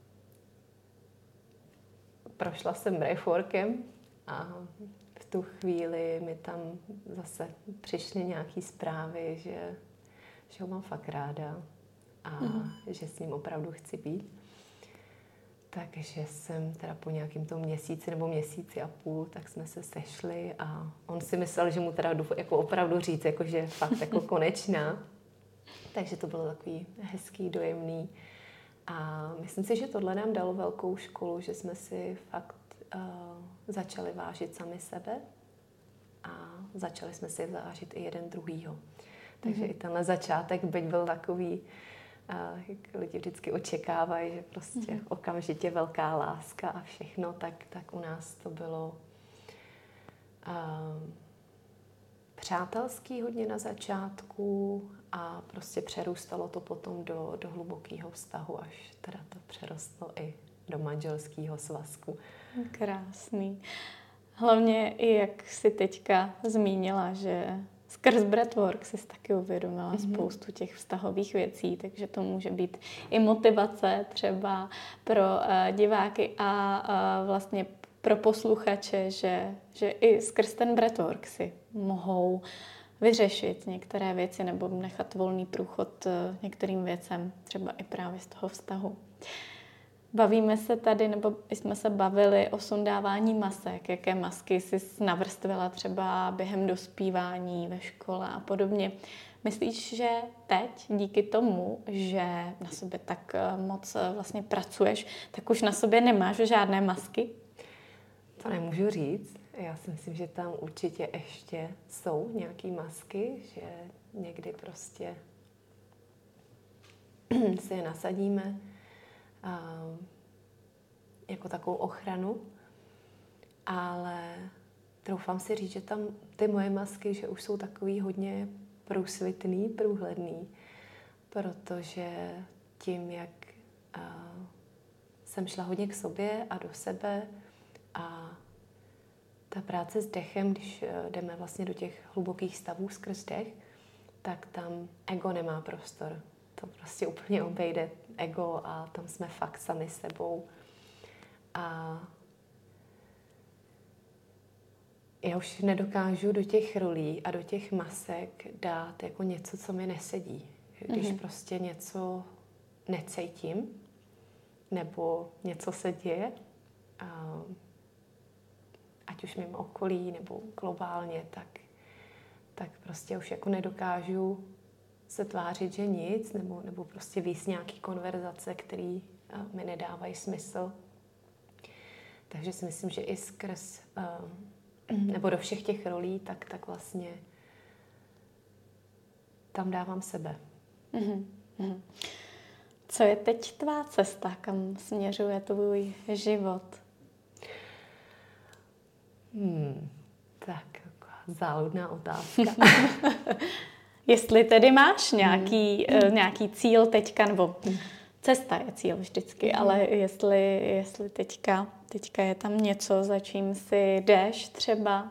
prošla jsem breathworkem a v tu chvíli mi tam zase přišly nějaké zprávy, že ho mám fakt ráda a že s ním opravdu chci být. Takže jsem teda po nějakým tom měsíci nebo měsíci a půl, tak jsme se sešli a on si myslel, že mu teda jdu jako opravdu říct, jako že fakt jako konečná. Takže to bylo takový hezký, dojemný. A myslím si, že tohle nám dalo velkou školu, že jsme si fakt začali vážit sami sebe a začali jsme si vážit i jeden druhýho. Takže i tenhle začátek, byť byl takový, jak lidi vždycky očekávají, že prostě okamžitě velká láska a všechno, tak u nás to bylo přátelský hodně na začátku a prostě přerůstalo to potom do hlubokého vztahu, až teda to přerostlo i do manželského svazku. Krásný. Hlavně i jak jsi teďka zmínila, že skrz breathwork jsi taky uvědomila spoustu těch vztahových věcí, takže to může být i motivace třeba pro diváky a vlastně pro posluchače, že i skrz ten breathwork si mohou vyřešit některé věci nebo nechat volný průchod některým věcem, třeba i právě z toho vztahu. Bavíme se tady, nebo jsme se bavili o sundávání masek, jaké masky jsi navrstvila třeba během dospívání ve škole a podobně. Myslíš, že teď díky tomu, že na sobě tak moc vlastně pracuješ, tak už na sobě nemáš žádné masky? To nemůžu říct. Já si myslím, že tam určitě ještě jsou nějaké masky, že někdy prostě si je nasadíme jako takovou ochranu, ale troufám si říct, že tam ty moje masky, že už jsou takový hodně průsvitný, průhledný, protože tím, jak jsem šla hodně k sobě a do sebe a ta práce s dechem, když jdeme vlastně do těch hlubokých stavů skrz dech, tak tam ego nemá prostor. To prostě úplně obejde ego a tam jsme fakt sami sebou. A já už nedokážu do těch rolí a do těch masek dát jako něco, co mi nesedí. Když prostě něco necítím, nebo něco se děje, ať už mimo okolí, nebo globálně, tak prostě už jako nedokážu se tvářit, že nic, nebo prostě víc nějaký konverzace, které mi nedávají smysl. Takže si myslím, že i skrz, nebo do všech těch rolí, tak vlastně tam dávám sebe. Co je teď tvá cesta? Kam směřuje tvůj život? Tak, záludná otázka. Jestli tedy máš nějaký cíl teďka, nebo cesta je cíl vždycky, ale jestli teďka je tam něco, za čím si jdeš třeba?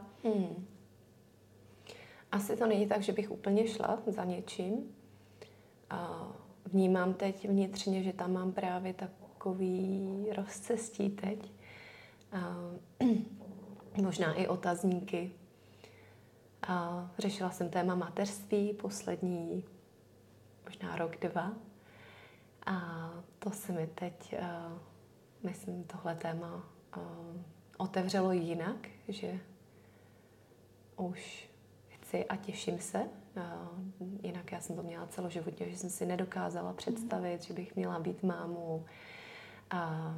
Asi to není tak, že bych úplně šla za něčím. Vnímám teď vnitřně, že tam mám právě takový rozcestí teď. Možná i otazníky. Řešila jsem téma mateřství poslední možná rok, 2. A to se mi teď, myslím, tohle téma otevřelo jinak, že už chci a těším se. Jinak já jsem to měla celoživotně, že jsem si nedokázala představit, že bych měla být mámou. A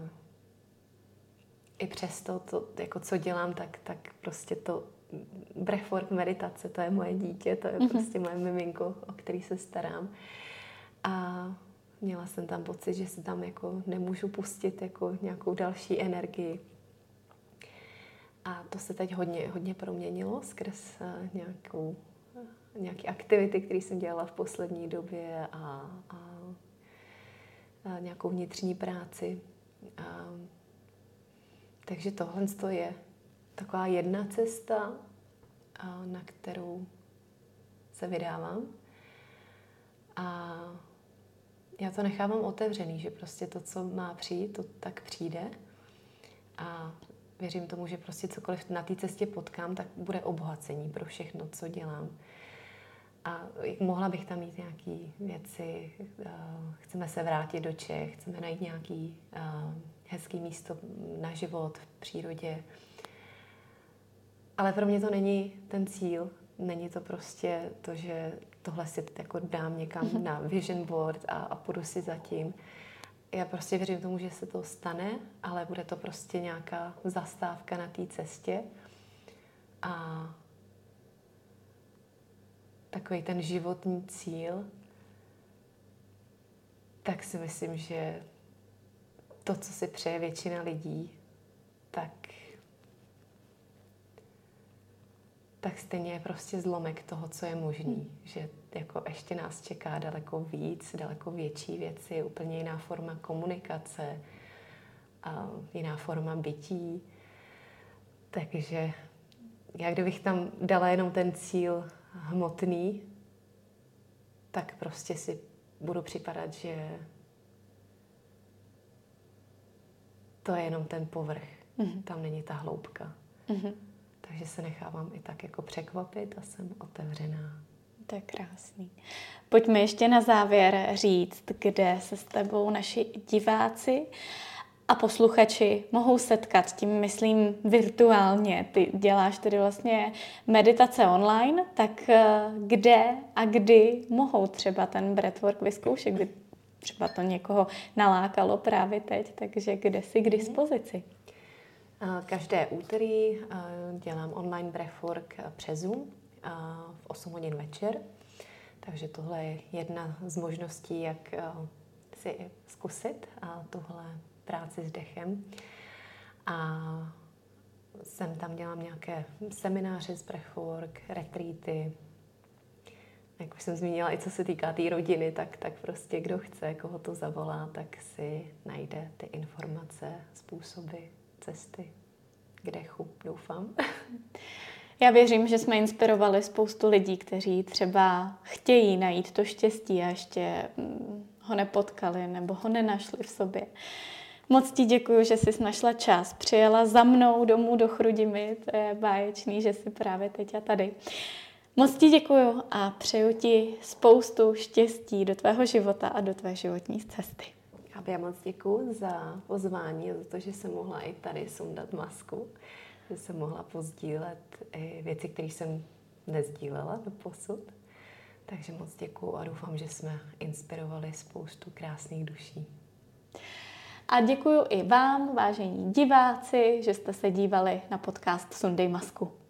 i přesto, jako co dělám, tak prostě to breathwork, meditace, to je moje dítě, to je prostě moje miminko, o který se starám. A měla jsem tam pocit, že si tam jako nemůžu pustit jako nějakou další energii. A to se teď hodně proměnilo skrz nějaké aktivity, které jsem dělala v poslední době a nějakou vnitřní práci. Takže tohle je taková jedna cesta, na kterou se vydávám. A já to nechávám otevřený, že prostě to, co má přijít, to tak přijde. A věřím tomu, že prostě cokoliv na té cestě potkám, tak bude obohacení pro všechno, co dělám. A mohla bych tam mít nějaké věci, chceme se vrátit do Čech, chceme najít nějaký hezký místo na život v přírodě. Ale pro mě to není ten cíl, není to prostě to, že tohle si jako dám někam na vision board a půjdu si za tím. Já prostě věřím tomu, že se to stane, ale bude to prostě nějaká zastávka na té cestě. A takový ten životní cíl, tak si myslím, že to, co si přeje většina lidí, tak stejně je prostě zlomek toho, co je možný. Že jako ještě nás čeká daleko víc, daleko větší věci, úplně jiná forma komunikace, a jiná forma bytí. Takže já kdybych tam dala jenom ten cíl hmotný, tak prostě si budu připadat, že to je jenom ten povrch. Tam není ta hloubka. Takže se nechávám i tak jako překvapit a jsem otevřená. To je krásný. Pojďme ještě na závěr říct, kde se s tebou naši diváci a posluchači mohou setkat. Tím myslím virtuálně. Ty děláš tedy vlastně meditace online, tak kde a kdy mohou třeba ten breathwork vyzkoušet, kdy třeba to někoho nalákalo právě teď, takže kde jsi k dispozici? Každé úterý dělám online breathwork přes Zoom v 8 hodin večer. Takže tohle je jedna z možností, jak si zkusit tuhle práci s dechem. A sem tam dělám nějaké semináře z breathwork, retreaty. jak už jsem zmínila, i co se týká té rodiny, tak prostě kdo chce, koho to zavolá, tak si najde ty informace, způsoby, cesty k dechu, doufám. Já věřím, že jsme inspirovali spoustu lidí, kteří třeba chtějí najít to štěstí a ještě ho nepotkali nebo ho nenašli v sobě. Moc ti děkuju, že jsi našla čas, přijela za mnou domů do Chrudimi, to je báječný, že jsi právě teď a tady. Moc ti děkuju a přeju ti spoustu štěstí do tvého života a do tvé životní cesty. Já moc děkuju za pozvání a za to, že jsem mohla i tady sundat masku, že jsem mohla pozdílet i věci, které jsem nezdílela doposud. Takže moc děkuju a doufám, že jsme inspirovali spoustu krásných duší. A děkuju i vám, vážení diváci, že jste se dívali na podcast Sundej masku.